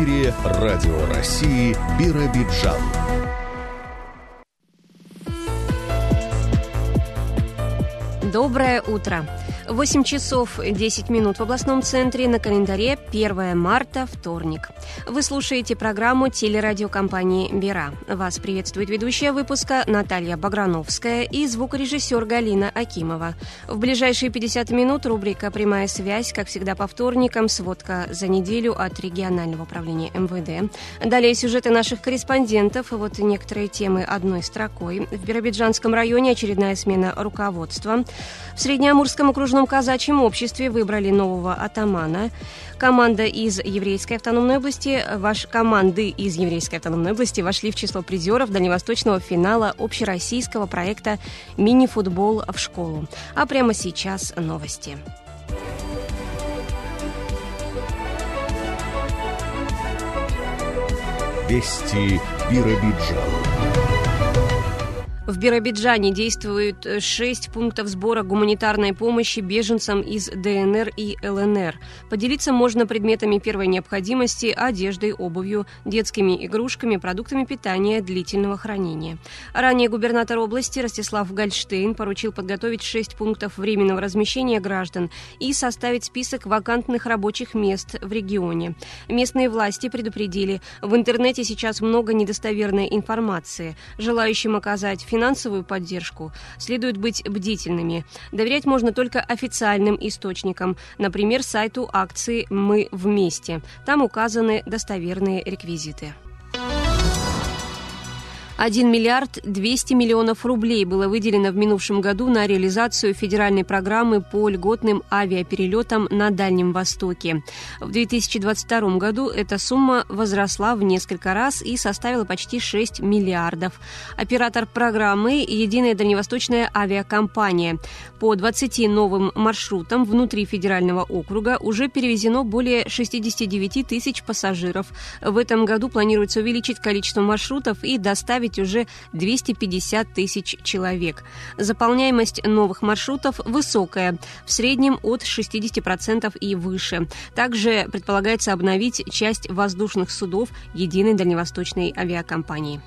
эфире Радио России Биробиджан. Доброе утро. 8 часов 10 минут в областном центре, на календаре 1 марта, вторник. Вы слушаете программу телерадиокомпании «Бера». Вас приветствует ведущая выпуска Наталья Баграновская и звукорежиссер Галина Акимова. В ближайшие 50 минут рубрика «Прямая связь», как всегда по вторникам, сводка за неделю от регионального управления МВД. Далее сюжеты наших корреспондентов, вот некоторые темы одной строкой. В Биробиджанском районе очередная смена руководства. В Среднеамурском окружном казачьем обществе выбрали нового атамана. Команды из Еврейской автономной области вошли в число призеров дальневосточного финала общероссийского проекта «Мини-футбол в школу». А прямо сейчас новости. Вести Биробиджана. В Биробиджане действуют 6 пунктов сбора гуманитарной помощи беженцам из ДНР и ЛНР. Поделиться можно предметами первой необходимости, одеждой, обувью, детскими игрушками, продуктами питания длительного хранения. Ранее губернатор области Ростислав Гольштейн поручил подготовить 6 пунктов временного размещения граждан и составить список вакантных рабочих мест в регионе. Местные власти предупредили, в интернете сейчас много недостоверной информации. Желающим оказать финансовую поддержку следует быть бдительными. Доверять можно только официальным источникам, например, сайту акции «Мы вместе». Там указаны достоверные реквизиты. 1 миллиард 200 миллионов рублей было выделено в минувшем году на реализацию федеральной программы по льготным авиаперелетам на Дальнем Востоке. В 2022 году эта сумма возросла в несколько раз и составила почти 6 миллиардов. Оператор программы – Единая дальневосточная авиакомпания. По 20 новым маршрутам внутри федерального округа уже перевезено более 69 тысяч пассажиров. В этом году планируется увеличить количество маршрутов и доставить уже 250 тысяч человек. Заполняемость новых маршрутов высокая, в среднем от 60% и выше. Также предполагается обновить часть воздушных судов Единой дальневосточной авиакомпании.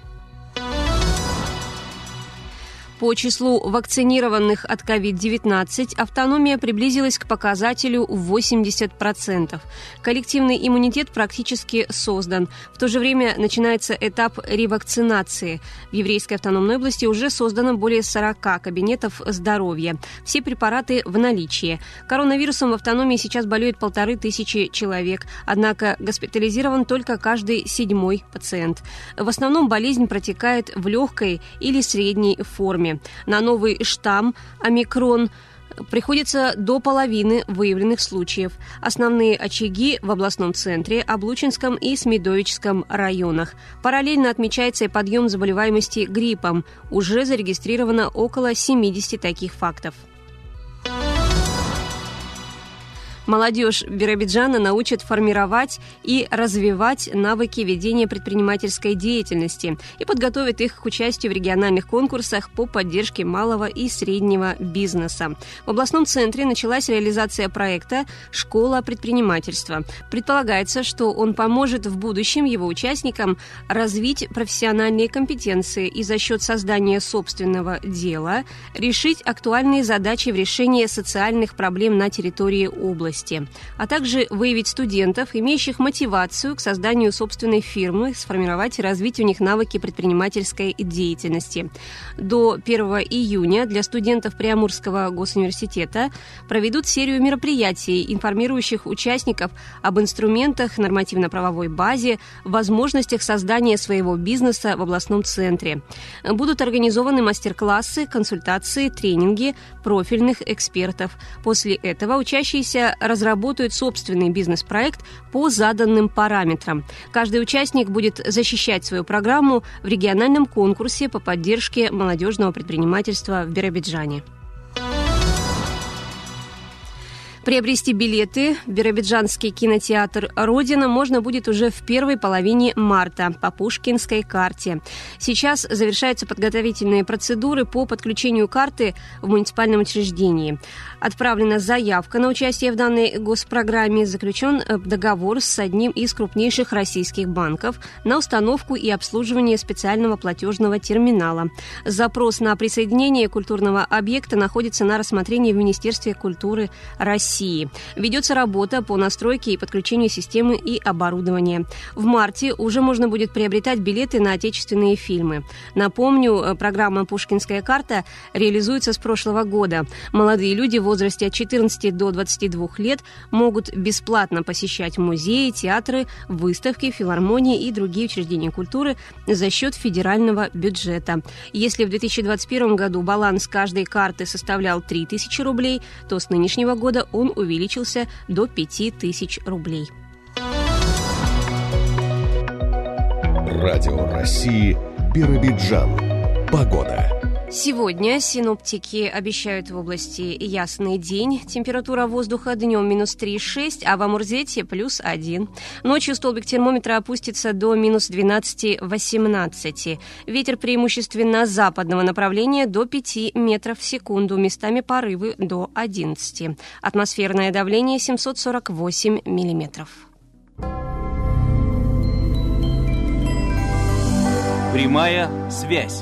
По числу вакцинированных от COVID-19 автономия приблизилась к показателю в 80%. Коллективный иммунитет практически создан. В то же время начинается этап ревакцинации. В Еврейской автономной области уже создано более 40 кабинетов здоровья. Все препараты в наличии. Коронавирусом в автономии сейчас болеют 1500 человек. Однако госпитализирован только каждый 7-й пациент. В основном болезнь протекает в легкой или средней форме. На новый штамм омикрон приходится до половины выявленных случаев. Основные очаги в областном центре, Облучинском и Смедовическом районах. Параллельно отмечается и подъем заболеваемости гриппом. Уже зарегистрировано около 70 таких фактов. Молодежь Биробиджана научат формировать и развивать навыки ведения предпринимательской деятельности и подготовят их к участию в региональных конкурсах по поддержке малого и среднего бизнеса. В областном центре началась реализация проекта «Школа предпринимательства». Предполагается, что он поможет в будущем его участникам развить профессиональные компетенции и за счет создания собственного дела решить актуальные задачи в решении социальных проблем на территории области, а также выявить студентов, имеющих мотивацию к созданию собственной фирмы, сформировать и развить у них навыки предпринимательской деятельности. До 1 июня для студентов Приамурского госуниверситета проведут серию мероприятий, информирующих участников об инструментах, нормативно-правовой базе, возможностях создания своего бизнеса в областном центре. Будут организованы мастер-классы, консультации, тренинги профильных экспертов. После этого учащиеся разработают собственный бизнес-проект по заданным параметрам. Каждый участник будет защищать свою программу в региональном конкурсе по поддержке молодежного предпринимательства в Биробиджане. Приобрести билеты в биробиджанский кинотеатр «Родина» можно будет уже в первой половине марта по Пушкинской карте. Сейчас завершаются подготовительные процедуры по подключению карты в муниципальном учреждении. Отправлена заявка на участие в данной госпрограмме, заключен договор с одним из крупнейших российских банков на установку и обслуживание специального платежного терминала. Запрос на присоединение культурного объекта находится на рассмотрении в Министерстве культуры России. Ведется работа по настройке и подключению системы и оборудования. В марте уже можно будет приобретать билеты на отечественные фильмы. Напомню, программа «Пушкинская карта» реализуется с прошлого года. Молодые люди в возрасте от 14 до 22 лет могут бесплатно посещать музеи, театры, выставки, филармонии и другие учреждения культуры за счет федерального бюджета. Если в 2021 году баланс каждой карты составлял 3000 рублей, то с нынешнего года он увеличился до 5000 рублей. Радио России Биробиджан. Погода. Сегодня синоптики обещают в области ясный день. Температура воздуха днем минус 3,6, а в Амурзете +1. Ночью столбик термометра опустится до минус 12-18. Ветер преимущественно западного направления до 5 метров в секунду, местами порывы до 11. Атмосферное давление 748 миллиметров. Прямая связь.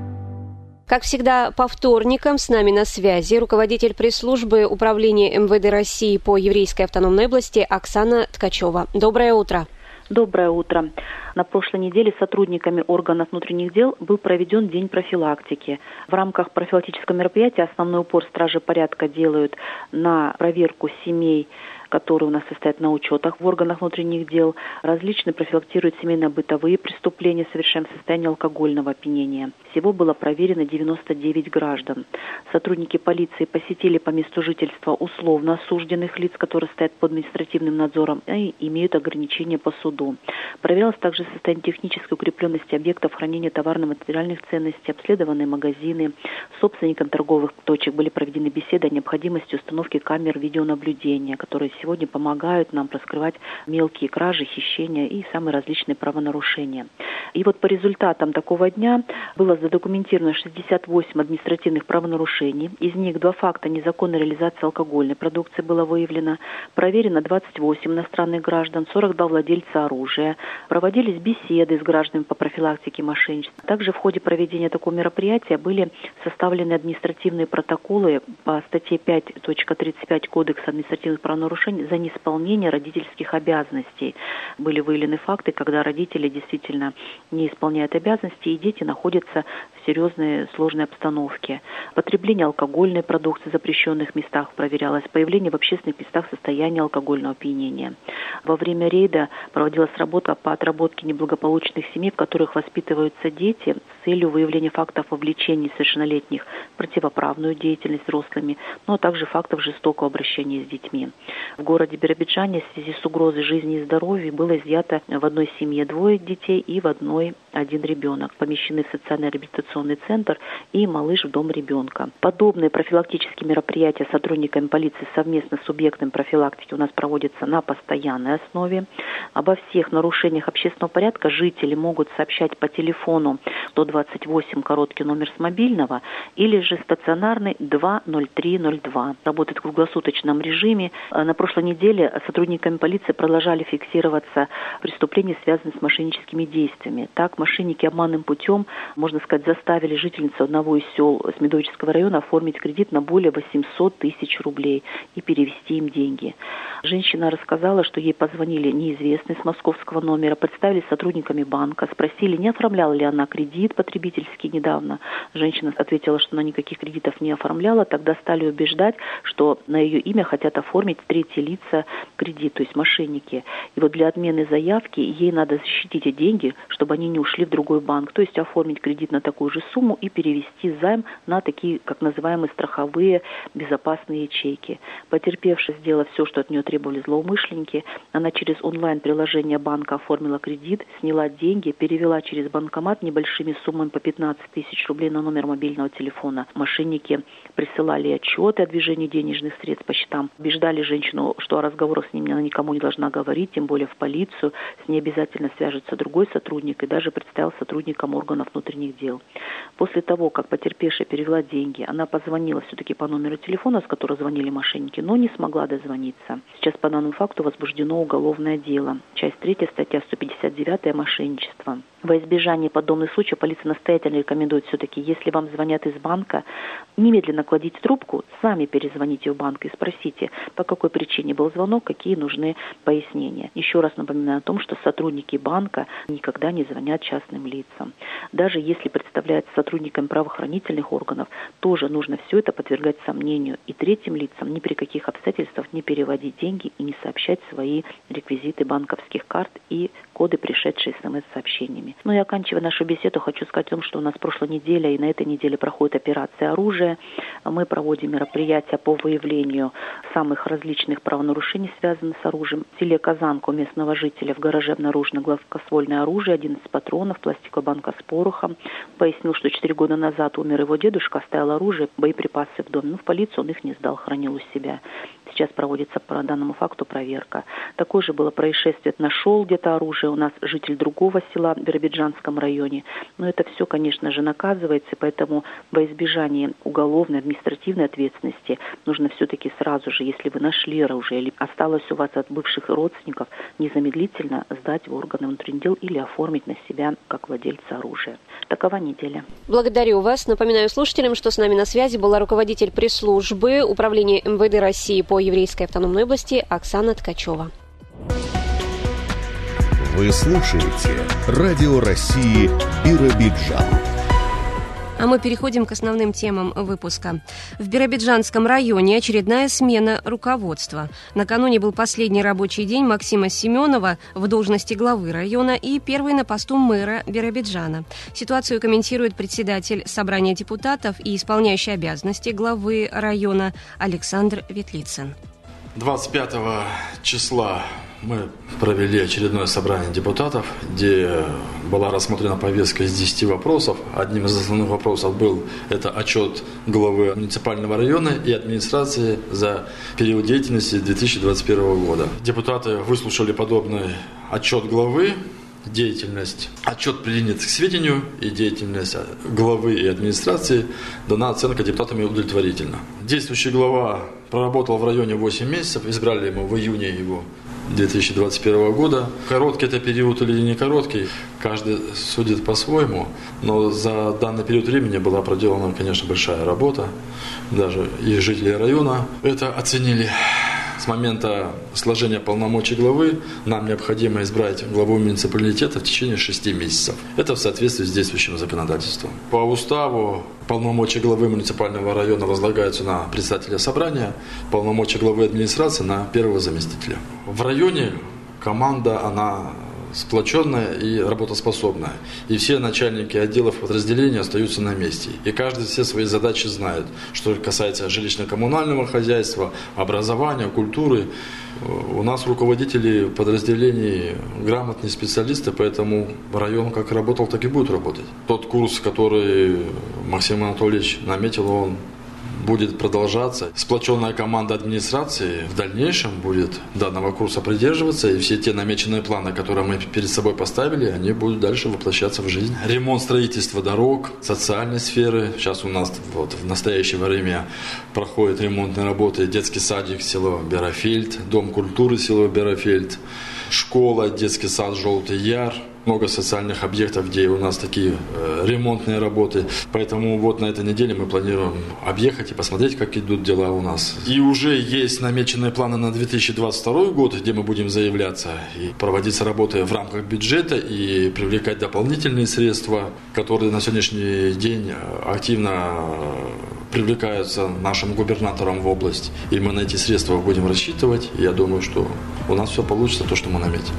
Как всегда, по вторникам с нами на связи руководитель пресс-службы Управления МВД России по Еврейской автономной области Оксана Ткачева. Доброе утро. Доброе утро. На прошлой неделе сотрудниками органов внутренних дел был проведен день профилактики. В рамках профилактического мероприятия основной упор стражи порядка делают на проверку семей, которые у нас состоят на учетах в органах внутренних дел, различные профилактируют семейно-бытовые преступления, совершаемые в состоянии алкогольного опьянения. Всего было проверено 99 граждан. Сотрудники полиции посетили по месту жительства условно осужденных лиц, которые стоят под административным надзором и имеют ограничения по суду. Проверялось также состояние технической укрепленности объектов хранения товарно-материальных ценностей, обследованные магазины. Собственникам торговых точек были проведены беседы о необходимости установки камер видеонаблюдения, которые сегодня помогают нам раскрывать мелкие кражи, хищения и самые различные правонарушения. И вот по результатам такого дня было задокументировано 68 административных правонарушений. Из них 2 факта незаконной реализации алкогольной продукции было выявлено. Проверено 28 иностранных граждан, 42 владельца оружия. Проводились беседы с гражданами по профилактике мошенничества. Также в ходе проведения такого мероприятия были составлены административные протоколы по статье 5.35 Кодекса административных правонарушений за неисполнение родительских обязанностей. Были выявлены факты, когда родители действительно не исполняют обязанности, и дети находятся в серьезной сложной обстановке. Потребление алкогольной продукции в запрещенных местах проверялось, появление в общественных местах состояния алкогольного опьянения. Во время рейда проводилась работа по отработке неблагополучных семей, в которых воспитываются дети, с целью выявления фактов вовлечения несовершеннолетних в противоправную деятельность взрослыми, но также фактов жестокого обращения с детьми. В городе Биробиджане в связи с угрозой жизни и здоровья было изъято в одной семье 2 детей и в одной 1 ребенок. Помещены в социально-реабилитационный центр и малыш в дом ребенка. Подобные профилактические мероприятия сотрудниками полиции совместно с субъектами профилактики у нас проводятся на постоянной основе. Обо всех нарушениях общественного порядка жители могут сообщать по телефону 128, короткий номер с мобильного, или же стационарный 20302. Работает в круглосуточном режиме. На прошлой неделе сотрудниками полиции продолжали фиксироваться преступления, связанные с мошенническими действиями. Так, мошенники обманным путем, можно сказать, заставили жительницу одного из сел Смедовического района оформить кредит на более 800 тысяч рублей и перевести им деньги. Женщина рассказала, что ей позвонили неизвестные с московского номера, представились сотрудниками банка, спросили, не оформляла ли она кредит потребительский недавно. Женщина ответила, что она никаких кредитов не оформляла. Тогда стали убеждать, что на ее имя хотят оформить 3 третьи лица кредит, то есть мошенники. И вот для отмены заявки ей надо защитить эти деньги, чтобы они не ушли в другой банк, то есть оформить кредит на такую же сумму и перевести займ на такие, как называемые, страховые безопасные ячейки. Потерпевшая сделала все, что от нее требовали злоумышленники. Она через онлайн-приложение банка оформила кредит, сняла деньги, перевела через банкомат небольшими суммами по 15 тысяч рублей на номер мобильного телефона. Мошенники присылали отчеты о движении денежных средств по счетам, убеждали женщину, что о разговорах с ними она никому не должна говорить, тем более в полицию. С ней обязательно свяжется другой сотрудник и даже представил сотрудникам органов внутренних дел. После того, как потерпевшая перевела деньги, она позвонила все-таки по номеру телефона, с которого звонили мошенники, но не смогла дозвониться. Сейчас по данному факту возбуждено уголовное дело. Часть 3, статья 159 «Мошенничество». Во избежание подобных случаев полиция настоятельно рекомендует все-таки, если вам звонят из банка, немедленно кладите трубку, сами перезвоните в банк и спросите, по какой причине был звонок, какие нужны пояснения. Еще раз напоминаю о том, что сотрудники банка никогда не звонят частным лицам. Даже если представляются сотрудниками правоохранительных органов, тоже нужно все это подвергать сомнению. И третьим лицам ни при каких обстоятельствах не переводить деньги и не сообщать свои реквизиты банковских карт и коды, пришедшие СМС-сообщениями. Ну и оканчивая нашу беседу, хочу сказать о том, что у нас прошлой неделе и на этой неделе проходит операция «Оружие». Мы проводим мероприятия по выявлению самых различных правонарушений, связанных с оружием. В селе Казанка у местного жителя в гараже обнаружено гладкоствольное оружие, 11 патронов, пластиковая банка с порохом. Пояснил, что 4 года назад умер его дедушка, оставил оружие, боеприпасы в доме. Но в полицию он их не сдал, хранил у себя. Сейчас проводится по данному факту проверка. Такое же было происшествие. Нашел где-то оружие у нас житель другого села в Биробиджанском районе. Но это все, конечно же, наказывается, и поэтому во избежание уголовной, административной ответственности нужно все-таки сразу же, если вы нашли оружие или осталось у вас от бывших родственников, незамедлительно сдать в органы внутренних дел или оформить на себя как владельца оружия. Такова неделя. Благодарю вас. Напоминаю слушателям, что с нами на связи была руководитель пресс-службы Управления МВД России по Еврейской автономной области Оксана Ткачева. Вы слушаете Радио России Биробиджан. А мы переходим к основным темам выпуска. В Биробиджанском районе очередная смена руководства. Накануне был последний рабочий день Максима Семенова в должности главы района и первый на посту мэра Биробиджана. Ситуацию комментирует председатель собрания депутатов и исполняющий обязанности главы района Александр Ветлицын. 25 числа мы провели очередное собрание депутатов, где была рассмотрена повестка из 10 вопросов. Одним из основных вопросов был это отчет главы муниципального района и администрации за период деятельности 2021 года. Депутаты выслушали подобный отчет главы, деятельность, отчет принят к сведению, и деятельность главы и администрации дана оценка депутатами удовлетворительно. Действующий глава проработал в районе 8 месяцев, избрали ему в июне его 2021 года. Короткий это период или не короткий, каждый судит по-своему, но за данный период времени была проделана, конечно, большая работа, даже и жители района это оценили. С момента сложения полномочий главы нам необходимо избрать главу муниципалитета в течение 6 месяцев. Это в соответствии с действующим законодательством. По уставу полномочия главы муниципального района возлагаются на председателя собрания, полномочия главы администрации на первого заместителя. В районе команда, она сплоченная и работоспособная. И все начальники отделов подразделений остаются на месте. И каждый все свои задачи знает. Что касается жилищно-коммунального хозяйства, образования, культуры. У нас руководители подразделений грамотные специалисты, поэтому район как работал, так и будет работать. Тот курс, который Максим Анатольевич наметил, он будет продолжаться. Сплоченная команда администрации в дальнейшем будет данного курса придерживаться, и все те намеченные планы, которые мы перед собой поставили, они будут дальше воплощаться в жизнь. Ремонт, строительство дорог, социальной сферы. Сейчас у нас в настоящее время проходят ремонтные работы. Детский садик село Берофельд, дом культуры село Берофельд, школа, детский сад Желтый Яр. Много социальных объектов, где у нас такие ремонтные работы. Поэтому вот на этой неделе мы планируем объехать и посмотреть, как идут дела у нас. И уже есть намеченные планы на 2022 год, где мы будем заявляться и проводиться работы в рамках бюджета и привлекать дополнительные средства, которые на сегодняшний день активно привлекаются нашим губернатором в область, и мы на эти средства будем рассчитывать. И я думаю, что у нас все получится, то, что мы наметим.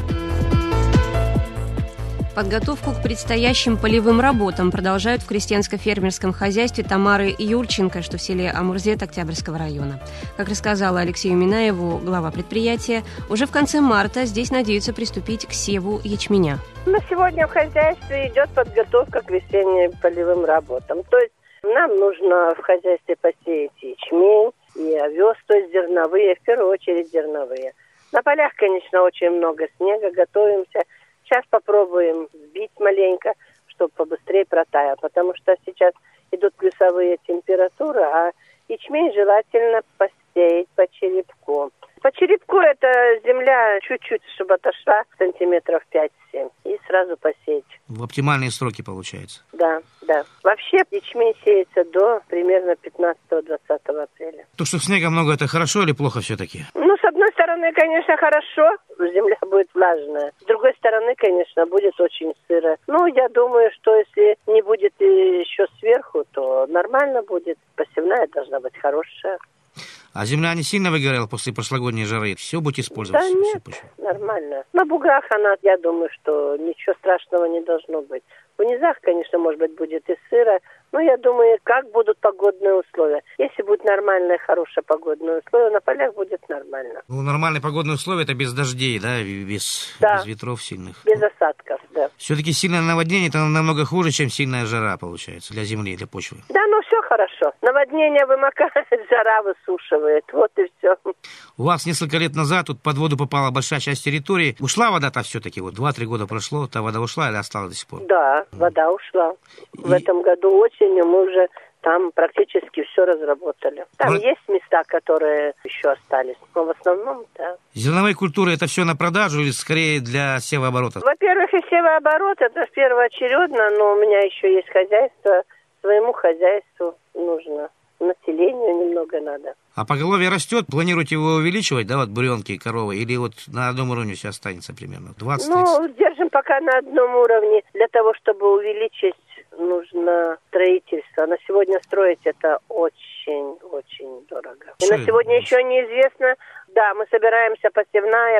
Подготовку к предстоящим полевым работам продолжают в крестьянско-фермерском хозяйстве Тамары Юрченко, что в селе Амурзет Октябрьского района. Как рассказала Алексею Минаеву, глава предприятия, уже в конце марта здесь надеются приступить к севу ячменя. На сегодня в хозяйстве идет подготовка к весенним полевым работам. То есть нам нужно в хозяйстве посеять ячмень и овес, то есть зерновые, в первую очередь зерновые. На полях, конечно, очень много снега, готовимся. Сейчас попробуем сбить маленько, чтобы побыстрее протаял, потому что сейчас идут плюсовые температуры, а ячмень желательно посеять по черепку. По черепку это земля чуть-чуть, чтобы отошла сантиметров 5-7, и сразу посеять. В оптимальные сроки получается. Да. Вообще ячмень сеется до примерно 15-20 апреля. То, что снега много, это хорошо или плохо все-таки? С одной стороны, конечно, хорошо, земля будет влажная. С другой стороны, конечно, будет очень сыро. Я думаю, что если не будет еще сверху, то нормально будет. Посевная должна быть хорошая. А земля не сильно выгорела после прошлогодней жары? Все будете использовать? Да нет, нормально. На буграх я думаю, что ничего страшного не должно быть. В низах, конечно, может быть, будет и сыро, но я думаю, как будут погодные условия. Если будет нормальное, хорошее погодное условие, на полях будет нормально. Нормальные погодные условия — это без дождей, да? Без ветров сильных? Без осадков, да. Все-таки сильное наводнение — это намного хуже, чем сильная жара, получается, для земли, для почвы. Да, все хорошо. Наводнение вымокает, жара высушивает, вот и все. У вас несколько лет назад тут под воду попала большая часть территории. Ушла вода-то все-таки? 2-3 года прошло, та вода ушла или осталась до сих пор? Да, вода ушла. В этом году осенью мы уже там практически все разработали. Там есть места, которые еще остались, но в основном, да. Зерновые культуры — это все на продажу или скорее для севооборота? Во-первых, и севооборот, это первоочередно, но у меня еще есть хозяйство. Своему хозяйству нужно. Населению немного надо. А поголовье растет? Планируете его увеличивать, буренки, коровы? Или на одном уровне все останется примерно? 20-30? Держим пока на одном уровне. Для того, чтобы увеличить, нужно строительство. На сегодня строить это очень-очень дорого. И на сегодня еще неизвестно. Да, мы собираемся посевная,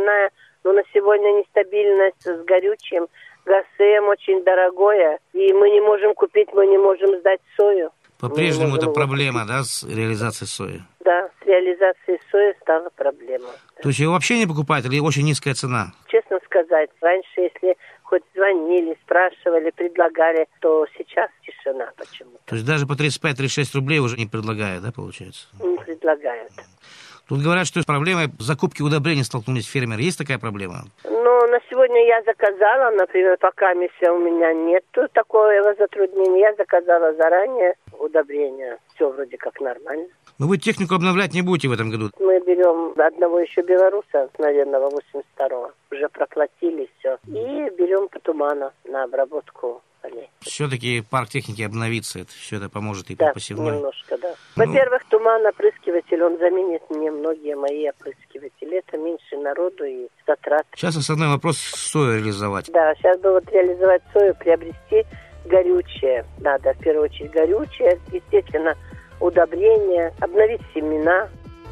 но на сегодня нестабильность с горючим. ГСМ очень дорогое, и мы не можем купить, мы не можем сдать сою. По-прежнему это проблема, да, с реализацией сои? Да, с реализацией сои стала проблема. То есть его вообще не покупают или очень низкая цена? Честно сказать, раньше, если хоть звонили, спрашивали, предлагали, то сейчас тишина почему-то. То есть даже по 35-36 рублей уже не предлагают, да, получается? Не предлагают. Тут говорят, что с проблемой закупки удобрений столкнулись фермеры. Есть такая проблема? На сегодня я заказала, например, пока у меня нет такого затруднения. Я заказала заранее удобрения. Все вроде как нормально. Но вы технику обновлять не будете в этом году? Мы берем одного еще белоруса, наверное, 82-го. Уже проплатили все. И берем тумана на обработку полей. Все-таки парк техники обновится. Все это поможет и по посевной. Да, немножко, да. Во-первых, туман-опрыскиватель, он заменит мне многие мои опрыскиватели. Это меньше народу и затрат. Сейчас основной вопрос — сою реализовать. Да, сейчас бы реализовать сою, приобрести горючее. Надо, в первую очередь, горючее, естественно, удобрения, обновить семена.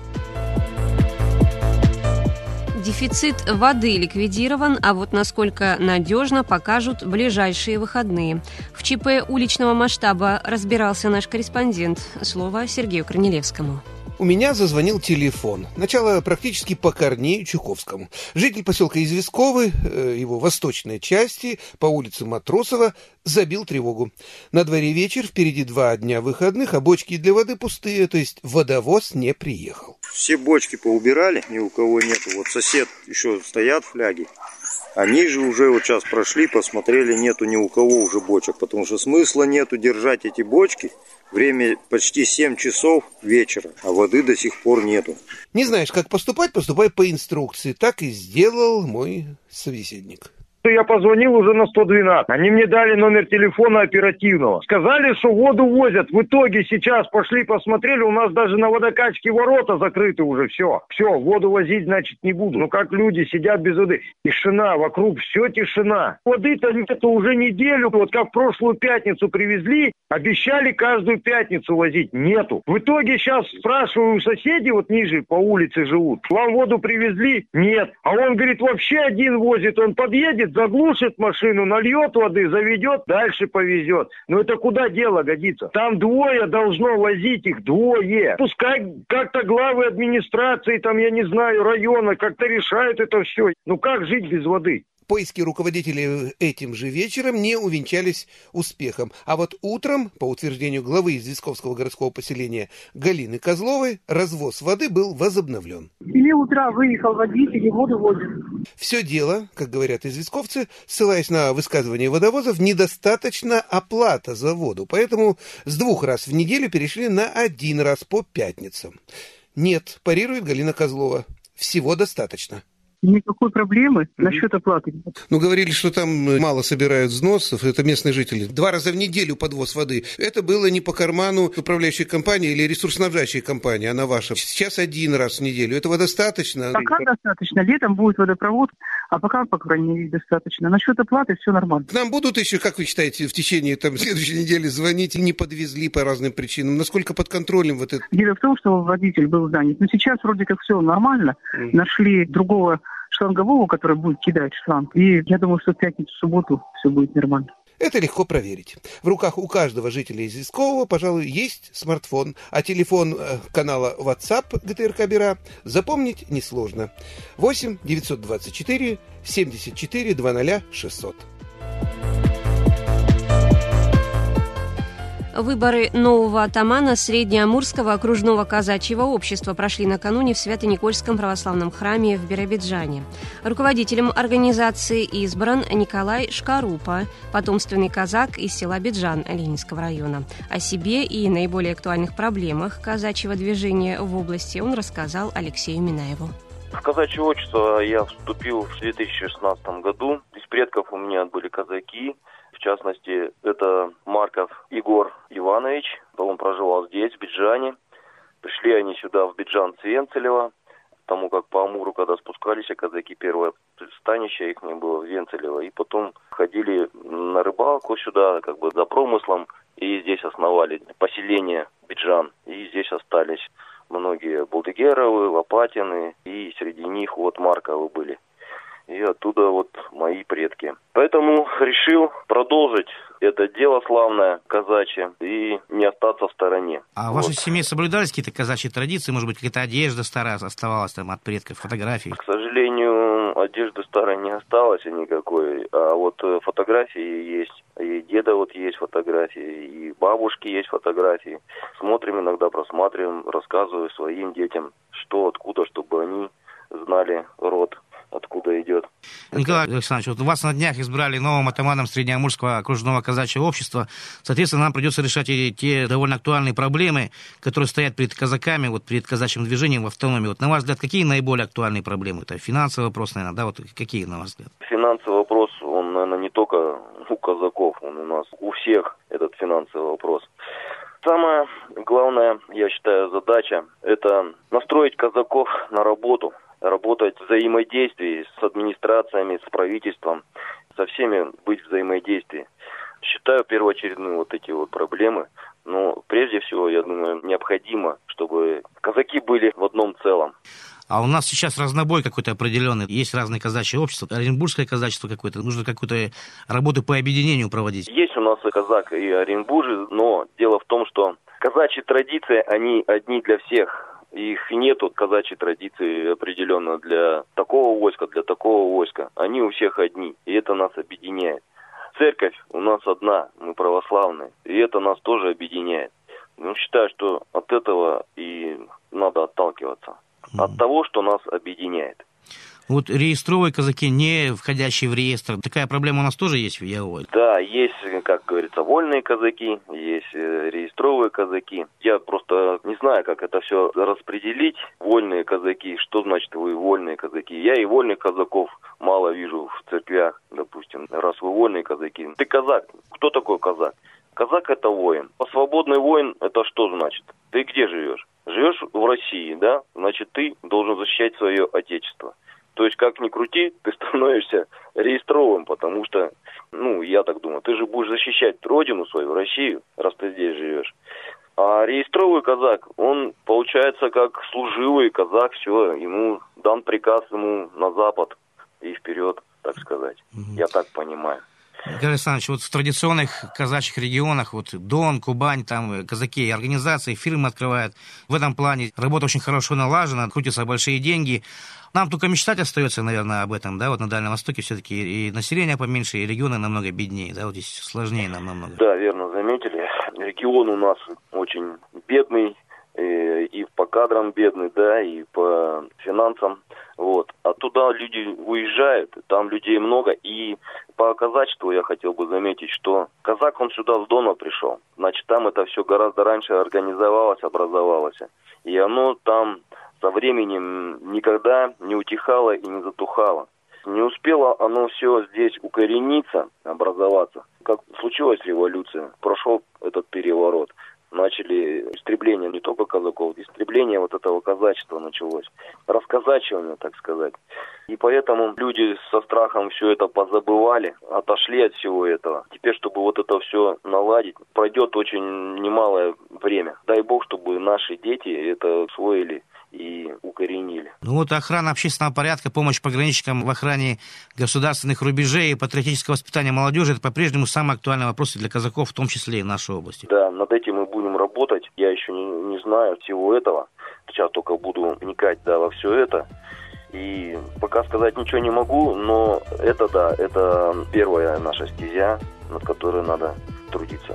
Дефицит воды ликвидирован, а вот насколько надежно, покажут ближайшие выходные. В ЧП уличного масштаба разбирался наш корреспондент. Слово Сергею Корнелевскому. У меня зазвонил телефон. Начало практически по Корнею Чуковскому. Житель поселка Известковы, его восточной части, по улице Матросова, забил тревогу. На дворе вечер, впереди 2 дня выходных, а бочки для воды пустые, то есть водовоз не приехал. Все бочки поубирали, ни у кого нету. Вот сосед еще стоят фляги. Они же уже час прошли, посмотрели, нету ни у кого уже бочек, потому что смысла нету держать эти бочки. Время почти 7 часов вечера, а воды до сих пор нету. Не знаешь, как поступать, поступай по инструкции. Так и сделал мой собеседник. Я позвонил уже на 112. Они мне дали номер телефона оперативного. Сказали, что воду возят. В итоге сейчас пошли посмотрели, у нас даже на водокачке ворота закрыты уже. Все, воду возить, значит, не буду. Ну как люди сидят без воды? Тишина, вокруг все тишина. Воды-то нету уже неделю. Вот как в прошлую пятницу привезли, обещали каждую пятницу возить. Нету. В итоге сейчас спрашиваю у соседей, вот ниже по улице живут. Вам воду привезли? Нет. А он говорит, вообще один возит. Он подъедет, заглушит машину, нальет воды, заведет, дальше повезет. Но это куда дело годится? Там двое должно возить их, двое. Пускай как-то главы администрации, там, я не знаю, района, как-то решают это все. Ну как жить без воды? Поиски руководителей этим же вечером не увенчались успехом. А вот утром, по утверждению главы Известковского городского поселения Галины Козловой, развоз воды был возобновлен. В 7 утра выехал водитель и воду возит. Все дело, как говорят известковцы, ссылаясь на высказывания водовозов, недостаточно оплата за воду. Поэтому с 2 раз в неделю перешли на 1 раз по пятницам. Нет, парирует Галина Козлова, всего достаточно. Никакой проблемы насчет оплаты. Ну, говорили, что там мало собирают взносов, это местные жители. 2 раза в неделю подвоз воды. Это было не по карману управляющей компании или ресурсоснабжающей компании, она ваша. Сейчас 1 раз в неделю. Этого достаточно? Пока достаточно. Летом будет водопровод, а пока, по крайней мере, достаточно. Насчет оплаты все нормально. К нам будут еще, как вы считаете, в течение следующей недели звонить и не подвезли по разным причинам? Насколько под контролем вот это? Дело в том, что водитель был занят. Но сейчас вроде как все нормально. Нашли другого шлангового, который будет кидать шланг. И я думаю, что в пятницу, в субботу все будет нормально. Это легко проверить. В руках у каждого жителя Известкового, пожалуй, есть смартфон, а телефон канала WhatsApp ГТРК Бира запомнить несложно. 8 924 74 00 600. Выборы нового атамана Среднеамурского окружного казачьего общества прошли накануне в Свято-Никольском православном храме в Биробиджане. Руководителем организации избран Николай Шкарупа, потомственный казак из села Биджан Ленинского района. О себе и наиболее актуальных проблемах казачьего движения в области он рассказал Алексею Минаеву. В казачье общество я вступил в 2016 году. Из предков у меня были казаки. В частности, это Марков Егор Иванович. Он проживал здесь, в Биджане. Пришли они сюда, в Биджан Венцелево, потому как по Амуру, когда спускались, казаки, первое пристанище их было в Венцелево. И потом ходили на рыбалку сюда, как бы за промыслом, и здесь основали поселение Биджан. И здесь остались многие Булдыгеровы, Лопатины, и среди них вот Марковы были. И оттуда вот мои предки. Поэтому решил продолжить это дело славное, казачье, и не остаться в стороне. А в вашей семье соблюдались какие-то казачьи традиции? Может быть, какая-то одежда старая оставалась там от предков, фотографии? К сожалению, одежды старой не осталось никакой. А вот фотографии есть. И деда вот есть фотографии, и бабушки есть фотографии. Смотрим иногда, просматриваем, рассказываю своим детям, что, откуда, чтобы они знали род, откуда идет. Николай Александрович, вот вас на днях избрали новым атаманом Среднеамурского окружного казачьего общества. Соответственно, нам придется решать и те довольно актуальные проблемы, которые стоят перед казаками, вот перед казачьим движением в автономии. Вот на ваш взгляд, какие наиболее актуальные проблемы? Это финансовый вопрос, наверное, да? Вот какие, на ваш взгляд? Финансовый вопрос, он, наверное, не только у казаков, он у нас, у всех этот финансовый вопрос. Самая главная, я считаю, задача – это настроить казаков на работу, работать в взаимодействии с администрациями, с правительством, со всеми быть в взаимодействии. Считаю первоочередные вот эти вот проблемы, но прежде всего, я думаю, необходимо, чтобы казаки были в одном целом. А у нас сейчас разнобой какой-то определенный. Есть разные казачьи общества. Оренбургское казачество какое-то. Нужно какую-то работу по объединению проводить. Есть у нас и казак, и оренбуржец, но дело в том, что казачьи традиции, они одни для всех. Их нету, казачьей традиции определенно для такого войска, для такого войска. Они у всех одни, и это нас объединяет. Церковь у нас одна, мы православные, и это нас тоже объединяет. Ну, считаю, что от этого и надо отталкиваться. От того, что нас объединяет. Вот реестровые казаки, не входящие в реестр, такая проблема у нас тоже есть в ЯО? Да, есть, как говорится, вольные казаки, есть реестровые казаки. Я просто не знаю, как это все распределить. Вольные казаки, что значит вы вольные казаки? Я и вольных казаков мало вижу в церквях, допустим. допустим, раз вы вольные казаки. Ты казак. Кто такой казак? Казак – это воин. А свободный воин – это что значит? Ты где живешь? Живешь в России, да? Значит, ты должен защищать свое отечество. То есть, как ни крути, ты становишься реестровым, потому что, я так думаю, ты же будешь защищать родину свою, Россию, раз ты здесь живешь. А реестровый казак, он получается как служивый казак, все, ему дан приказ ему на запад и вперед, так сказать. Я так понимаю. Николай Александрович, вот в традиционных казачьих регионах, вот Дон, Кубань, там казаки, организации, фирмы открывают. В этом плане работа очень хорошо налажена, крутятся большие деньги. Нам только мечтать остается, наверное, об этом, да, вот на Дальнем Востоке все-таки и население поменьше, и регионы намного беднее, да, вот здесь сложнее нам намного. Да, верно заметили. Регион у нас очень бедный, и по кадрам бедный, да, и по финансам, вот. А туда люди уезжают, там людей много, и по казачеству я хотел бы заметить, что казак, он сюда с Дона пришел, значит, там это все гораздо раньше организовалось, образовалось, и оно там со временем никогда не утихало и не затухало. Не успело оно все здесь укорениться, образоваться. Как случилась революция, прошел этот переворот. Начали истребление не только казаков, истребление вот этого казачества началось. Расказачивание, так сказать. И поэтому люди со страхом все это позабывали, отошли от всего этого. Теперь, чтобы вот это все наладить, пройдет очень немалое время. Дай бог, чтобы наши дети это усвоили и укоренили. Ну вот охрана общественного порядка, помощь пограничникам в охране государственных рубежей и патриотическое воспитание молодежи — это по-прежнему самый актуальный вопрос для казаков, в том числе и в нашей области. Да, над этим мы будем работать. Я еще не знаю всего этого. Сейчас только буду вникать, во все это. И пока сказать ничего не могу, но это первая наша стезя, над которой надо трудиться.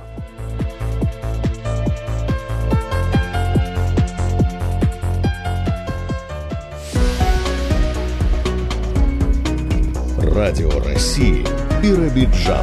Радио России Биробиджан.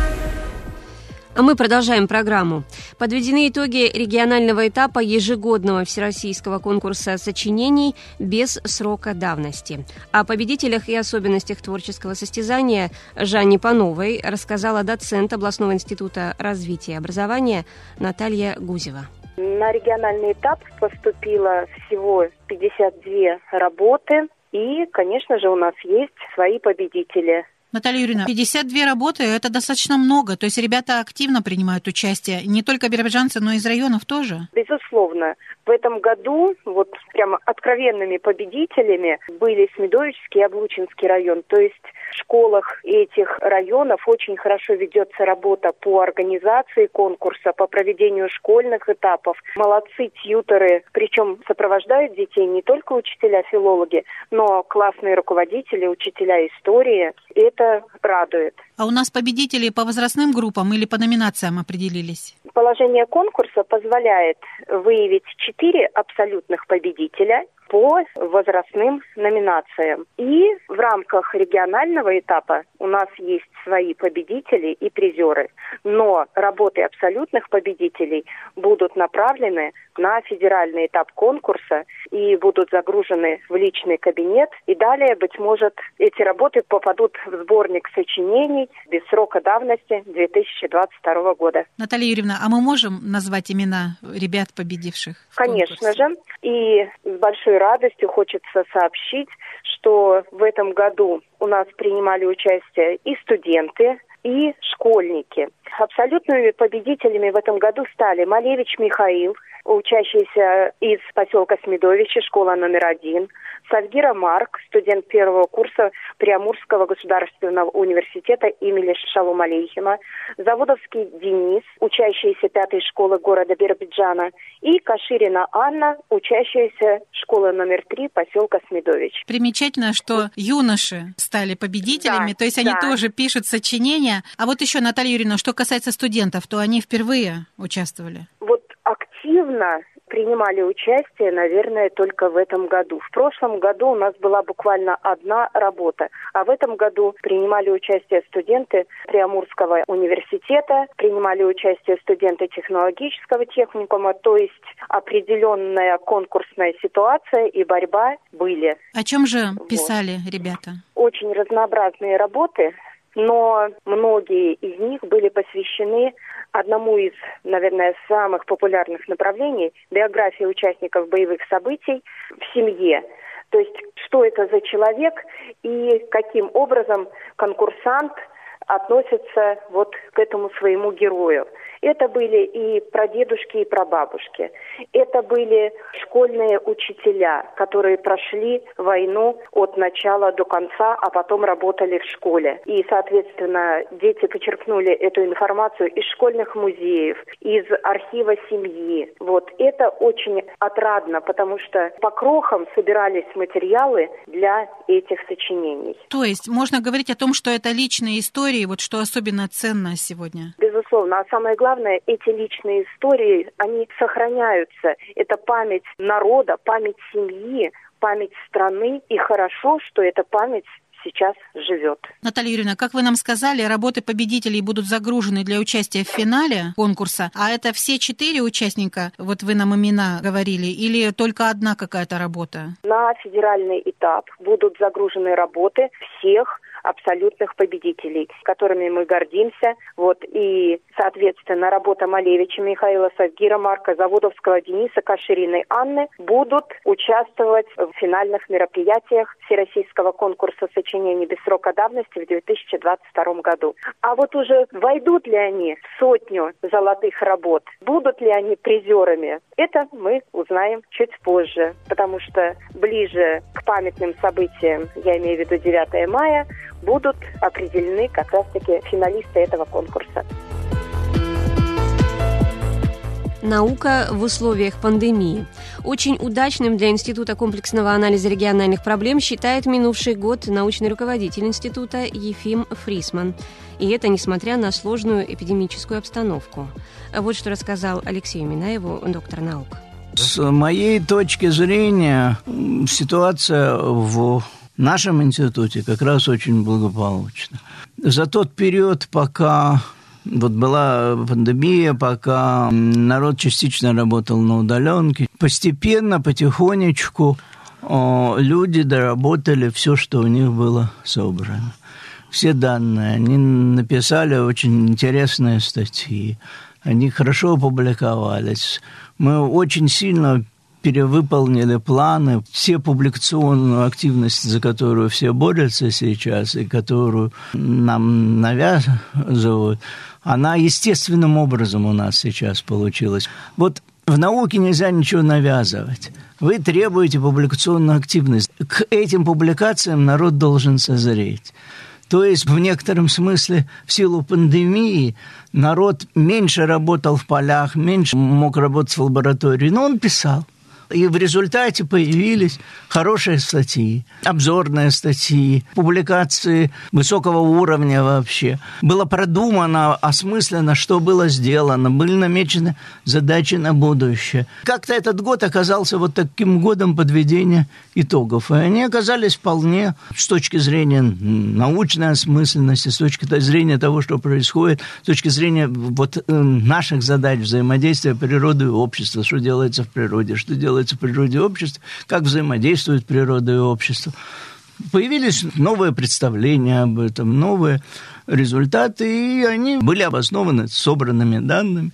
А мы продолжаем программу. Подведены итоги регионального этапа ежегодного всероссийского конкурса сочинений без срока давности. О победителях и особенностях творческого состязания Жанне Пановой рассказала доцент областного института развития и образования Наталья Гузева. На региональный этап поступило всего 52 работы. И, конечно же, у нас есть свои победители. Наталья Юрьевна, 52 работы – это достаточно много. То есть ребята активно принимают участие. Не только биробиджанцы, но и из районов тоже. Безусловно. В этом году прямо откровенными победителями были Смедовический и Облучинский район. То есть в школах этих районов очень хорошо ведется работа по организации конкурса, по проведению школьных этапов. Молодцы тьюторы, причем сопровождают детей не только учителя-филологи, но классные руководители, учителя истории. Это радует. А у нас победители по возрастным группам или по номинациям определились? Положение конкурса позволяет выявить 4 абсолютных победителя по возрастным номинациям. И в рамках регионального этапа у нас есть свои победители и призеры. Но работы абсолютных победителей будут направлены на федеральный этап конкурса и будут загружены в личный кабинет. И далее, быть может, эти работы попадут в сборник сочинений без срока давности 2022 года. Наталья Юрьевна, а мы можем назвать имена ребят, победивших? Конечно же. И с большой радостью хочется сообщить, что в этом году у нас принимали участие и студенты, и школьники. Абсолютными победителями в этом году стали Малевич Михаил, учащийся из поселка Смедовичи, школа номер 1, Сальгира Марк, студент первого курса Приамурского государственного университета имени Шалом Алейхима, Заводовский Денис, учащийся 5-й школы города Биробиджана, и Каширина Анна, учащаяся школы номер 3 поселка Смедович. Примечательно, что юноши стали победителями, то есть они тоже пишут сочинения. А вот еще, Наталья Юрьевна, что касается студентов, то они впервые участвовали? Активно принимали участие, наверное, только в этом году. В прошлом году у нас была буквально одна работа, а в этом году принимали участие студенты Приамурского университета, принимали участие студенты технологического техникума, то есть определенная конкурсная ситуация и борьба были. О чем же писали ребята? Очень разнообразные работы. но многие из них были посвящены одному из, наверное, самых популярных направлений – биографии участников боевых событий в семье. То есть, что это за человек и каким образом конкурсант относится вот к этому своему герою. Это были и прадедушки, и прабабушки. Это были школьные учителя, которые прошли войну от начала до конца, а потом работали в школе. И, соответственно, дети почерпнули эту информацию из школьных музеев, из архива семьи. Вот это очень отрадно, потому что по крохам собирались материалы для этих сочинений. То есть можно говорить о том, что это личные истории, вот что особенно ценно сегодня? Безусловно. А самое главное, эти личные истории, они сохраняются. Это память народа, память семьи, память страны. И хорошо, что эта память сейчас живет. Наталья Юрьевна, как вы нам сказали, работы победителей будут загружены для участия в финале конкурса. А это все 4 участника, вот вы нам имена говорили, или только одна какая-то работа? На федеральный этап будут загружены работы всех абсолютных победителей, которыми мы гордимся. Вот, и, соответственно, работа Малевича Михаила, Савгира Марка, Заводовского Дениса, Кашириной Анны будут участвовать в финальных мероприятиях Всероссийского конкурса сочинений без срока давности в 2022 году. А вот уже войдут ли они в 100 золотых работ, будут ли они призерами, это мы узнаем чуть позже, потому что ближе к памятным событиям, я имею в виду 9 мая, будут определены как раз-таки финалисты этого конкурса. Наука в условиях пандемии. Очень удачным для Института комплексного анализа региональных проблем считает минувший год научный руководитель института Ефим Фрисман. И это несмотря на сложную эпидемическую обстановку. Вот что рассказал Алексею Минаеву, доктор наук. С моей точки зрения, ситуация в нашем институте как раз очень благополучна. За тот период, пока вот была пандемия, пока народ частично работал на удаленке, постепенно, потихонечку люди доработали все, что у них было собрано. Все данные. Они написали очень интересные статьи. Они хорошо опубликовались. Мы очень сильно перевыполнили планы. Все публикационную активность, за которую все борются сейчас и которую нам навязывают, она естественным образом у нас сейчас получилась. Вот в науке нельзя ничего навязывать. Вы требуете публикационную активность. К этим публикациям народ должен созреть. То есть, в некотором смысле, в силу пандемии, народ меньше работал в полях, меньше мог работать в лаборатории, но он писал. И в результате появились хорошие статьи, обзорные статьи, публикации высокого уровня вообще. Было продумано, осмысленно, что было сделано, были намечены задачи на будущее. Как-то этот год оказался вот таким годом подведения итогов. И они оказались вполне, с точки зрения научной осмысленности, с точки зрения того, что происходит, с точки зрения вот наших задач взаимодействия природы и общества, что делается в природе, что делается в природе и обществе, как взаимодействует природа и общество. Появились новые представления об этом, новые результаты, и они были обоснованы собранными данными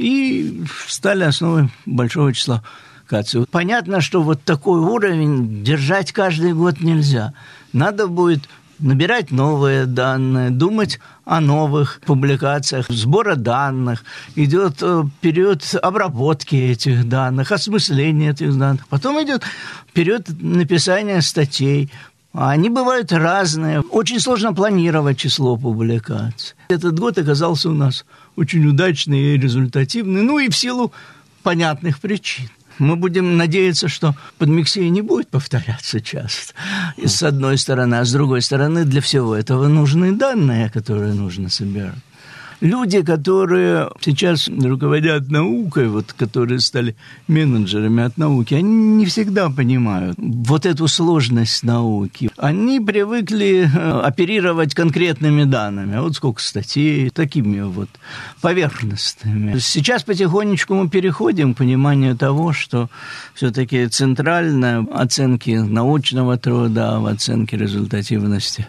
и стали основой большого числа публикаций. Понятно, что вот такой уровень держать каждый год нельзя. Надо будет набирать новые данные, думать о новых публикациях, сбора данных. Идет период обработки этих данных, осмысления этих данных. Потом идет период написания статей. Они бывают разные. Очень сложно планировать число публикаций. Этот год оказался у нас очень удачный и результативный, ну и в силу понятных причин. Мы будем надеяться, что подмиксия не будет повторяться часто, с одной стороны. А с другой стороны, для всего этого нужны данные, которые нужно собирать. Люди, которые сейчас руководят наукой, вот, которые стали менеджерами от науки, они не всегда понимают вот эту сложность науки. Они привыкли оперировать конкретными данными. Вот сколько статей, такими вот поверхностными. Сейчас потихонечку мы переходим к пониманию того, что все-таки центральная оценки научного труда, в оценке результативности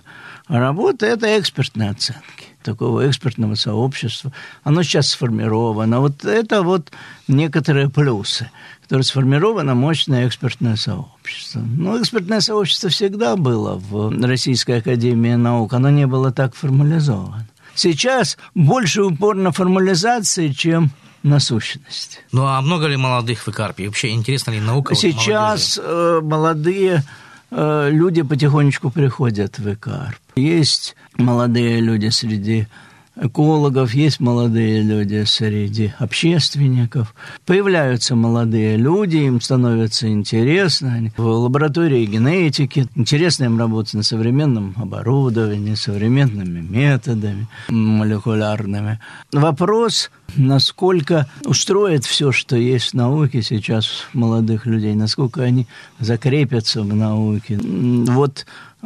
Работа – это экспертные оценки такого экспертного сообщества. Оно сейчас сформировано. Вот это вот некоторые плюсы, которые сформировано мощное экспертное сообщество. Но экспертное сообщество всегда было в Российской академии наук. Оно не было так формализовано. Сейчас больше упор на формализации, чем на сущность. Ну, а много ли молодых в ИКАРПе? Вообще, интересна ли наука? Сейчас молодые люди потихонечку приходят в ИКАРП. Есть молодые люди среди экологов, есть молодые люди среди общественников. Появляются молодые люди, им становится интересно. В лаборатории генетики интересно им работать на современном оборудовании, современными методами молекулярными. Вопрос, насколько устроит все, что есть в науке сейчас молодых людей, насколько они закрепятся в науке. Вот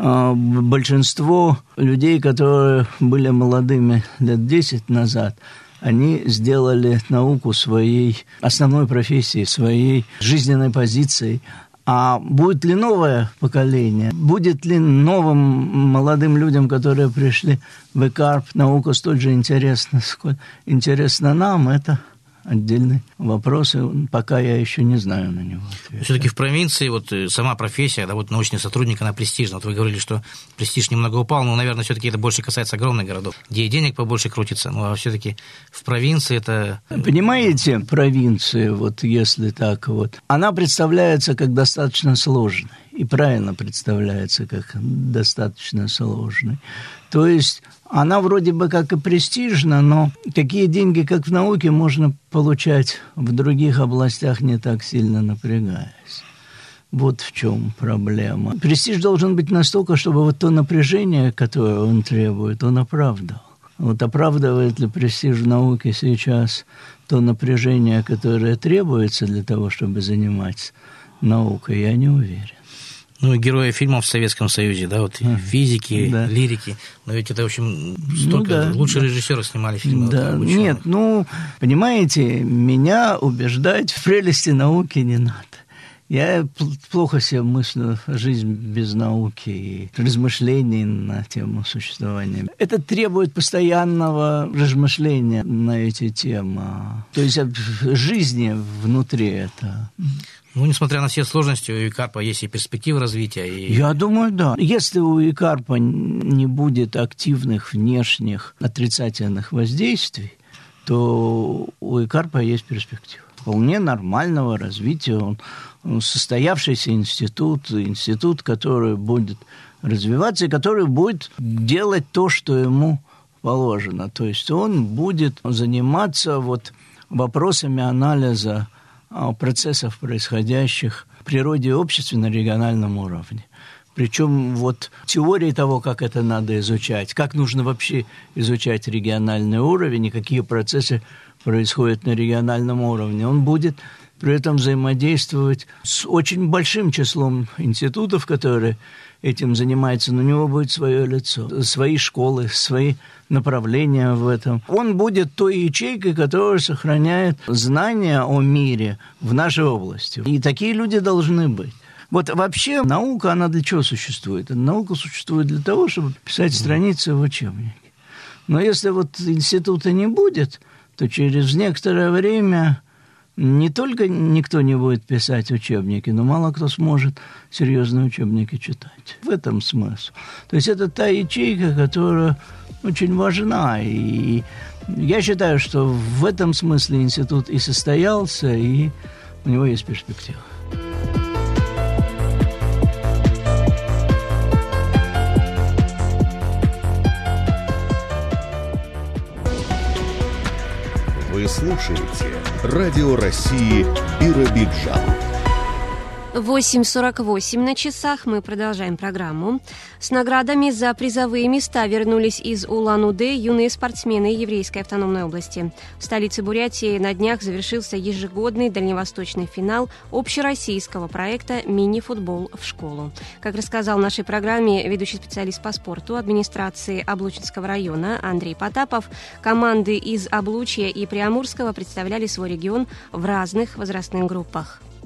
большинство людей, которые были молодыми лет 10 назад, они сделали науку своей основной профессией, своей жизненной позицией. А будет ли новое поколение, будет ли новым молодым людям, которые пришли в ИКАРП, наука столь же интересна, сколь интересна нам, это отдельный вопрос, и пока я еще не знаю на него ответа. Все-таки в провинции вот сама профессия, да, вот научный сотрудник, она престижна. Вот вы говорили, что престиж немного упал, но, наверное, все-таки это больше касается огромных городов, где и денег побольше крутится, ну, а все-таки в провинции это... Понимаете, провинция, вот если так вот, она представляется как достаточно сложной, и правильно представляется как достаточно сложной. То есть она вроде бы как и престижна, но такие деньги, как в науке, можно получать в других областях, не так сильно напрягаясь. Вот в чем проблема. Престиж должен быть настолько, чтобы вот то напряжение, которое он требует, он оправдывал. Вот оправдывает ли престиж в науке сейчас то напряжение, которое требуется для того, чтобы заниматься наукой, я не уверен. Ну, и герои фильмов в Советском Союзе, да, вот физики, да, лирики. Но ведь это, в общем, столько лучшие режиссеры снимали фильмы. Да, вот, нет, ну, понимаете, меня убеждать в прелести науки не надо. Я плохо себе мыслю жизнь без науки и размышлений на тему существования. Это требует постоянного размышления на эти темы. То есть жизни внутри этого. Ну, несмотря на все сложности, у ИКАРПа есть и перспективы развития. Я думаю, да. Если у ИКАРПа не будет активных внешних отрицательных воздействий, то у ИКАРПа есть перспектива вполне нормального развития. Он состоявшийся институт, который будет развиваться и который будет делать то, что ему положено. То есть он будет заниматься вот вопросами анализа процессов, происходящих в природе и обществе на региональном уровне. Причем вот теории того, как это надо изучать, как нужно вообще изучать региональный уровень и какие процессы происходят на региональном уровне, он будет при этом взаимодействовать с очень большим числом институтов, которые этим занимаются, но у него будет свое лицо, свои школы, свои направления в этом. Он будет той ячейкой, которая сохраняет знания о мире в нашей области. И такие люди должны быть. Вот вообще наука, она для чего существует? Наука существует для того, чтобы писать страницы в учебнике. Но если вот института не будет, то через некоторое время не только никто не будет писать учебники, но мало кто сможет серьезные учебники читать. В этом смысл. То есть это та ячейка, которая очень важна. И я считаю, что в этом смысле институт и состоялся, и у него есть перспектива. Вы слушаете Радио России Биробиджан. 8:48 на часах. Мы продолжаем программу. С наградами за призовые места вернулись из Улан-Удэ юные спортсмены Еврейской автономной области. В столице Бурятии на днях завершился ежегодный дальневосточный финал общероссийского проекта «Мини-футбол в школу». Как рассказал в нашей программе ведущий специалист по спорту администрации Облучинского района Андрей Потапов, команды из Облучья и Приамурского представляли свой регион в разных возрастных группах.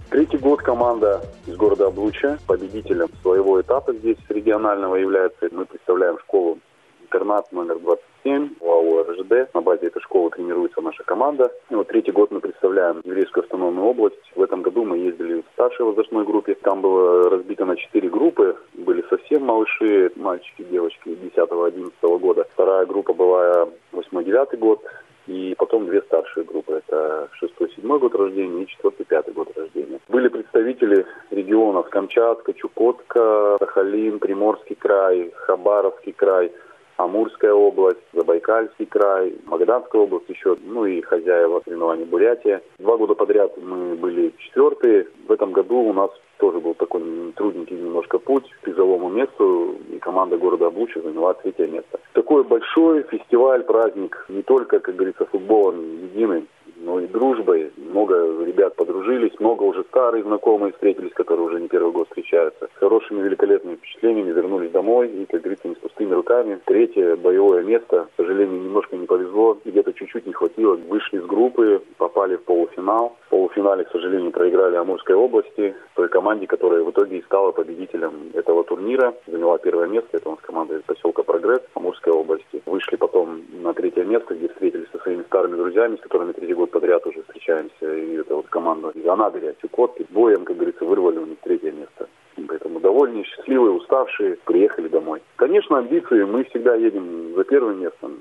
Третий год команда из города Облучья победителем своего этапа здесь регионального является. Мы представляем школу-интернат номер 27 ОАО РЖД. На базе этой школы тренируется наша команда. И вот третий год мы представляем еврейскую автономную область. В этом году мы ездили в старшей возрастной группе. Там было разбито на 4 группы. Были совсем малыши, мальчики, девочки 10-11 года. Вторая группа была 8-9 год. И потом 2 старшие группы. Это 6-7 год рождения и 4-5 год рождения. Были представители регионов Камчатка, Чукотка, Сахалин, Приморский край, Хабаровский край, Амурская область, Забайкальский край, Магаданская область еще, и хозяева соревнований Бурятия. 2 года подряд мы были 4-е. В этом году у нас тоже был такой трудненький немножко путь к призовому месту, и команда города Облучья заняла 3-е место. Такой большой фестиваль, праздник, не только, как говорится, футболом единый, но и дружбой. Много ребят подружились, много уже старые знакомые встретились, которые уже не первый год встречаются. С хорошими, великолепными впечатлениями вернулись домой и, как говорится, не с пустыми руками. 3-е боевое место, к сожалению, немножко не повезло, где-то чуть-чуть не хватило. Вышли из группы, попали в полуфинал. В полуфинале, к сожалению, проиграли Амурской области, той команде, которая в итоге и стала победителем этого турнира. Заняла 1-е место, это у нас команда из поселка Прогресс Амурской области. Вышли потом на 3-е место, где встретились со своими старыми друзьями, с которыми 3-й год подряд уже встречаемся. И это вот команда из Анадыря, Чукотки. Боем, как говорится, вырвали у них 3-е место. Поэтому довольные, счастливые, уставшие, приехали домой. Конечно, амбиции, мы всегда едем за 1-м местом.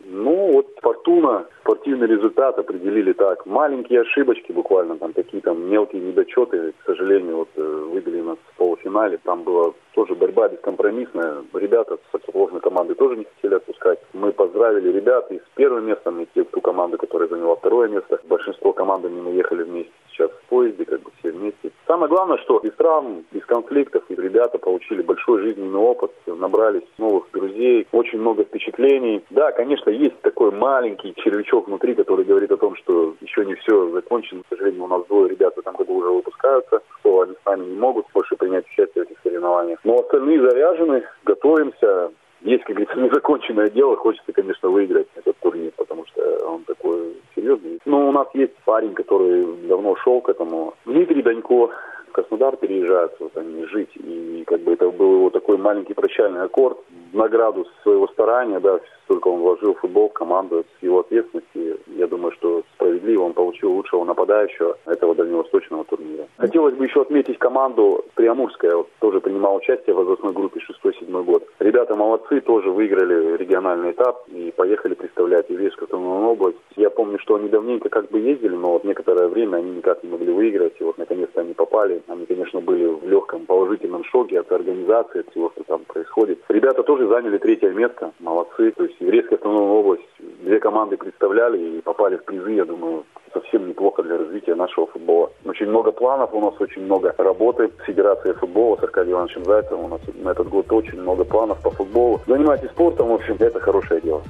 Фортуна, спортивный результат определили так. Маленькие ошибочки буквально, какие-то мелкие недочеты, к сожалению, выбили нас в полуфинале. Там была тоже борьба бескомпромиссная. Ребята с противоположной команды тоже не хотели отпускать. Мы поздравили ребят и с 1-м местом, и ту команду, которая заняла 2-е место. Большинство командами мы ехали вместе сейчас в поезде, все вместе. Самое главное, что без травм, без конфликтов, и ребята получили большой жизненный опыт, набрались новых друзей, очень много впечатлений. Да, конечно, есть такой маленький червячок внутри, который говорит о том, что еще не все закончено. К сожалению, у нас 2 ребят в этом году уже выпускаются, что они с нами не могут больше принять участие в этих соревнованиях. Но остальные заряжены, готовимся. Есть, как говорится, незаконченное дело. Хочется, конечно, выиграть этот турнир, потому что он такой серьезный. Но у нас есть парень, который давно шел к этому. Дмитрий Данько в Краснодар переезжает они жить. И это был его такой маленький прощальный аккорд. В награду своего старания, столько он вложил в футбол, в команду, с его ответственности. Я думаю, что справедливо он получил лучшего нападающего этого дальневосточного турнира. Хотелось бы еще отметить команду Приамурская. Тоже принимала участие в возрастной группе 6-7 год. Ребята молодцы, тоже выиграли региональный этап и поехали представлять еврейскую автономную область. Я помню, что они давненько ездили, но некоторое время они никак не могли выиграть. И наконец-то они попали. Они, конечно, были в легком положительном шоке от организации, от всего, что там происходит. Ребята тоже заняли 3-е место. Молодцы. То есть еврейская автономная область, 2 команды представляли и попали в призы, я думаю, совсем неплохо для развития нашего футбола. Очень много планов, у нас очень много работы с Федерацией футбола, с Аркадием Ивановичем Зайцевым. У нас на этот год очень много планов по футболу. Занимайтесь спортом, в общем, это хорошее дело.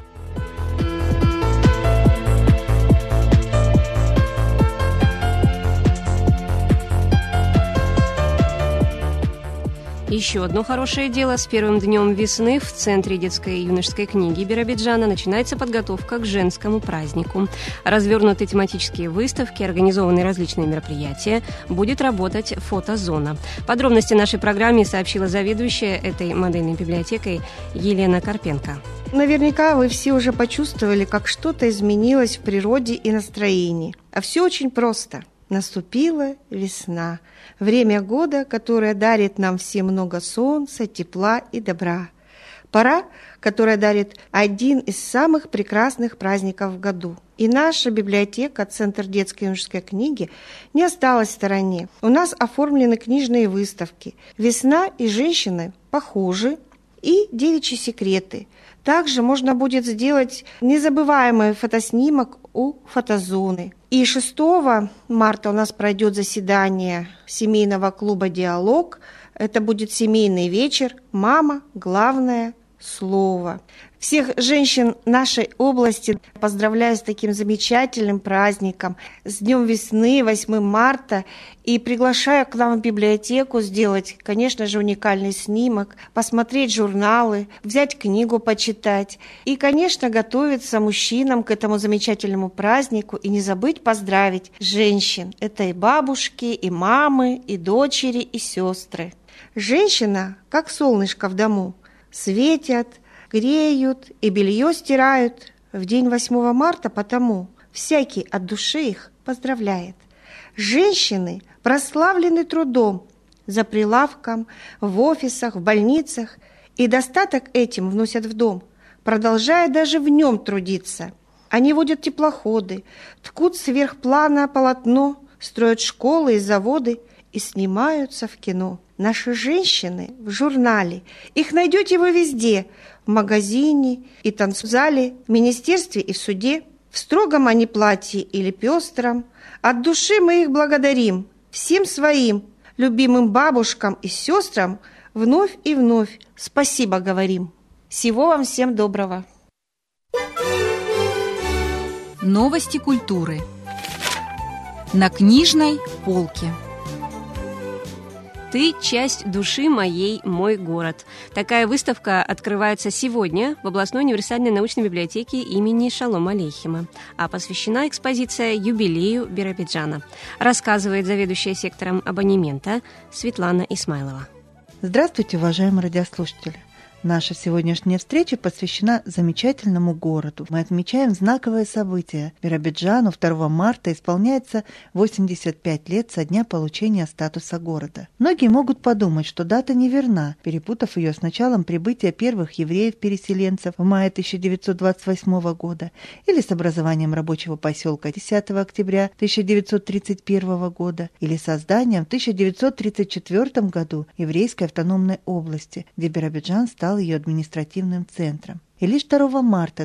Еще одно хорошее дело. С первым днем весны в Центре детской и юношеской книги Биробиджана начинается подготовка к женскому празднику. Развернуты тематические выставки, организованы различные мероприятия. Будет работать фотозона. Подробности нашей программе сообщила заведующая этой модельной библиотекой Елена Карпенко. Наверняка вы все уже почувствовали, как что-то изменилось в природе и настроении. А все очень просто. Наступила весна, время года, которое дарит нам всем много солнца, тепла и добра. Пора, которая дарит один из самых прекрасных праздников в году. И наша библиотека, Центр детской и юношеской книги, не осталась в стороне. У нас оформлены книжные выставки «Весна» и «Женщины» похожи и «Девичьи секреты». Также можно будет сделать незабываемый фотоснимок у фотозоны. И 6 марта у нас пройдет заседание семейного клуба «Диалог». Это будет семейный вечер «Мама. Главное. слово. Всех женщин нашей области поздравляю с таким замечательным праздником, с Днем весны, 8 марта, и приглашаю к нам в библиотеку сделать, конечно же, уникальный снимок, посмотреть журналы, взять книгу почитать и, конечно, готовиться мужчинам к этому замечательному празднику и не забыть поздравить женщин. Это и бабушки, и мамы, и дочери, и сестры. Женщина, как солнышко в дому, светят, греют и белье стирают в день 8 марта, потому всякий от души их поздравляет. Женщины прославлены трудом за прилавком, в офисах, в больницах, и достаток этим вносят в дом, продолжая даже в нем трудиться. Они водят теплоходы, ткут сверх плана полотно, строят школы и заводы и снимаются в кино. Наши женщины в журнале, их найдете вы везде, в магазине и танцзале, в министерстве и в суде, в строгом они платье или пестром. От души мы их благодарим, всем своим любимым бабушкам и сестрам вновь и вновь спасибо говорим. Всего вам всем доброго. Новости культуры на книжной полке. «Ты – часть души моей, мой город». Такая выставка открывается сегодня в областной универсальной научной библиотеке имени Шалом Алейхима, а посвящена экспозиция юбилею Биробиджана, рассказывает заведующая сектором абонемента Светлана Исмайлова. Здравствуйте, уважаемые радиослушатели! Наша сегодняшняя встреча посвящена замечательному городу. Мы отмечаем знаковое событие. Биробиджану 2 марта исполняется 85 лет со дня получения статуса города. Многие могут подумать, что дата неверна, перепутав ее с началом прибытия первых евреев-переселенцев в мае 1928 года или с образованием рабочего поселка 10 октября 1931 года или созданием в 1934 году еврейской автономной области, где Биробиджан стал ее административным центром. И лишь 2 марта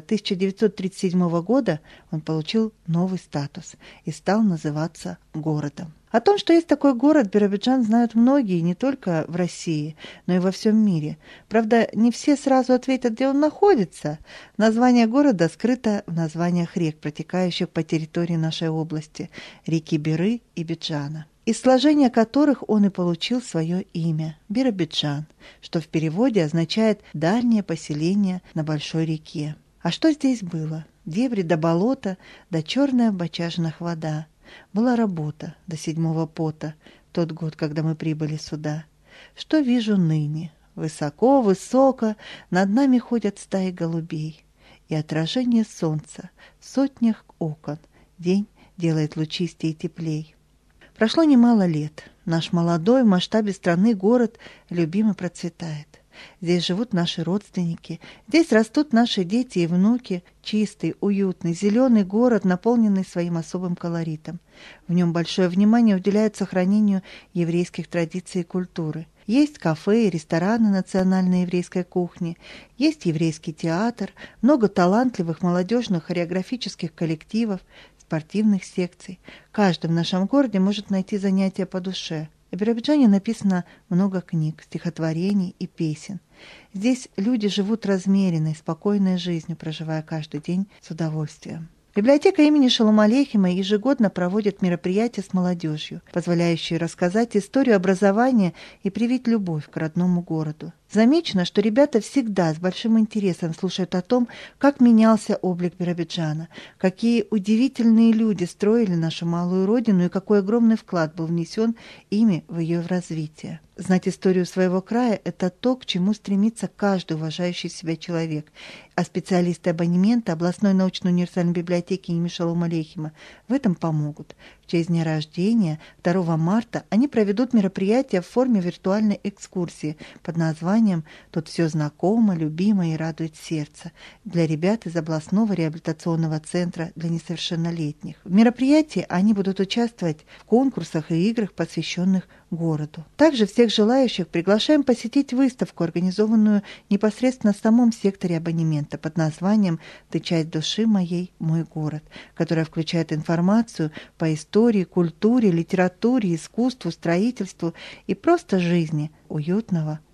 1937 года он получил новый статус и стал называться городом. О том, что есть такой город, Биробиджан знают многие, не только в России, но и во всем мире. Правда, не все сразу ответят, где он находится. Название города скрыто в названиях рек, протекающих по территории нашей области, реки Биры и Биджана, из сложения которых он и получил свое имя – Биробиджан, что в переводе означает «дальнее поселение на большой реке». А что здесь было? Дебри до болота, до черная в бочажных вода. Была работа до 7-го пота, тот год, когда мы прибыли сюда. Что вижу ныне? Высоко, высоко над нами ходят стаи голубей. И отражение солнца в сотнях окон день делает лучистее и теплей. Прошло немало лет. Наш молодой в масштабе страны город любимо процветает. Здесь живут наши родственники, здесь растут наши дети и внуки. Чистый, уютный, зеленый город, наполненный своим особым колоритом. В нем большое внимание уделяют сохранению еврейских традиций и культуры. Есть кафе и рестораны национальной еврейской кухни, есть еврейский театр, много талантливых молодежных хореографических коллективов, спортивных секций. Каждый в нашем городе может найти занятия по душе. О Биробиджане написано много книг, стихотворений и песен. Здесь люди живут размеренной, спокойной жизнью, проживая каждый день с удовольствием. Библиотека имени Шалом Алейхима ежегодно проводит мероприятия с молодежью, позволяющие рассказать историю образования и привить любовь к родному городу. Замечено, что ребята всегда с большим интересом слушают о том, как менялся облик Биробиджана, какие удивительные люди строили нашу малую родину и какой огромный вклад был внесен ими в ее развитие. Знать историю своего края – это то, к чему стремится каждый уважающий себя человек. А специалисты абонемента областной научно-универсальной библиотеки имени Шалом Алейхима в этом помогут. В честь дня рождения 2 марта они проведут мероприятие в форме виртуальной экскурсии под названием «Тут все знакомо, любимо и радует сердце» для ребят из областного реабилитационного центра для несовершеннолетних. В мероприятии они будут участвовать в конкурсах и играх, посвященных городу. Также всех желающих приглашаем посетить выставку, организованную непосредственно в самом секторе абонемента под названием «Ты часть души моей, мой город», которая включает информацию по истории, культуре, литературе, искусству, строительству и просто жизни уютного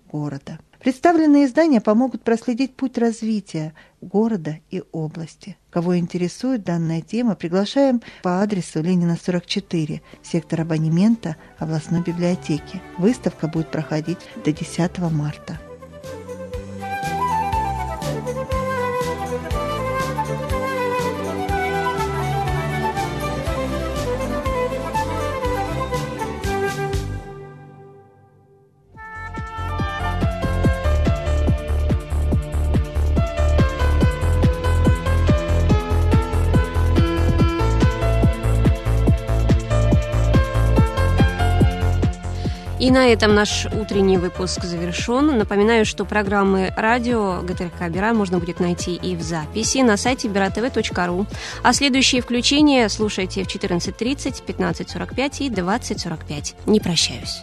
города. Представленные издания помогут проследить путь развития города и области. Кого интересует данная тема, приглашаем по адресу Ленина, 44, сектор абонемента областной библиотеки. Выставка будет проходить до 10 марта. И на этом наш утренний выпуск завершен. Напоминаю, что программы радио ГТРК Бира можно будет найти и в записи на сайте biratv.ru. А следующие включения слушайте в 14:30, 15:45 и 20:45. Не прощаюсь.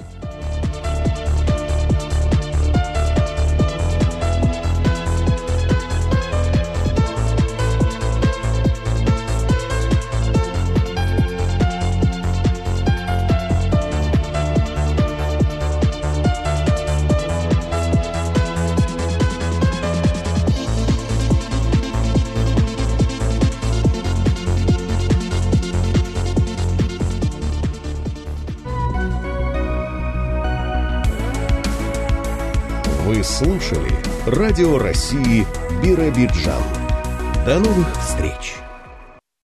Вы слушали Радио России Биробиджан. До новых встреч!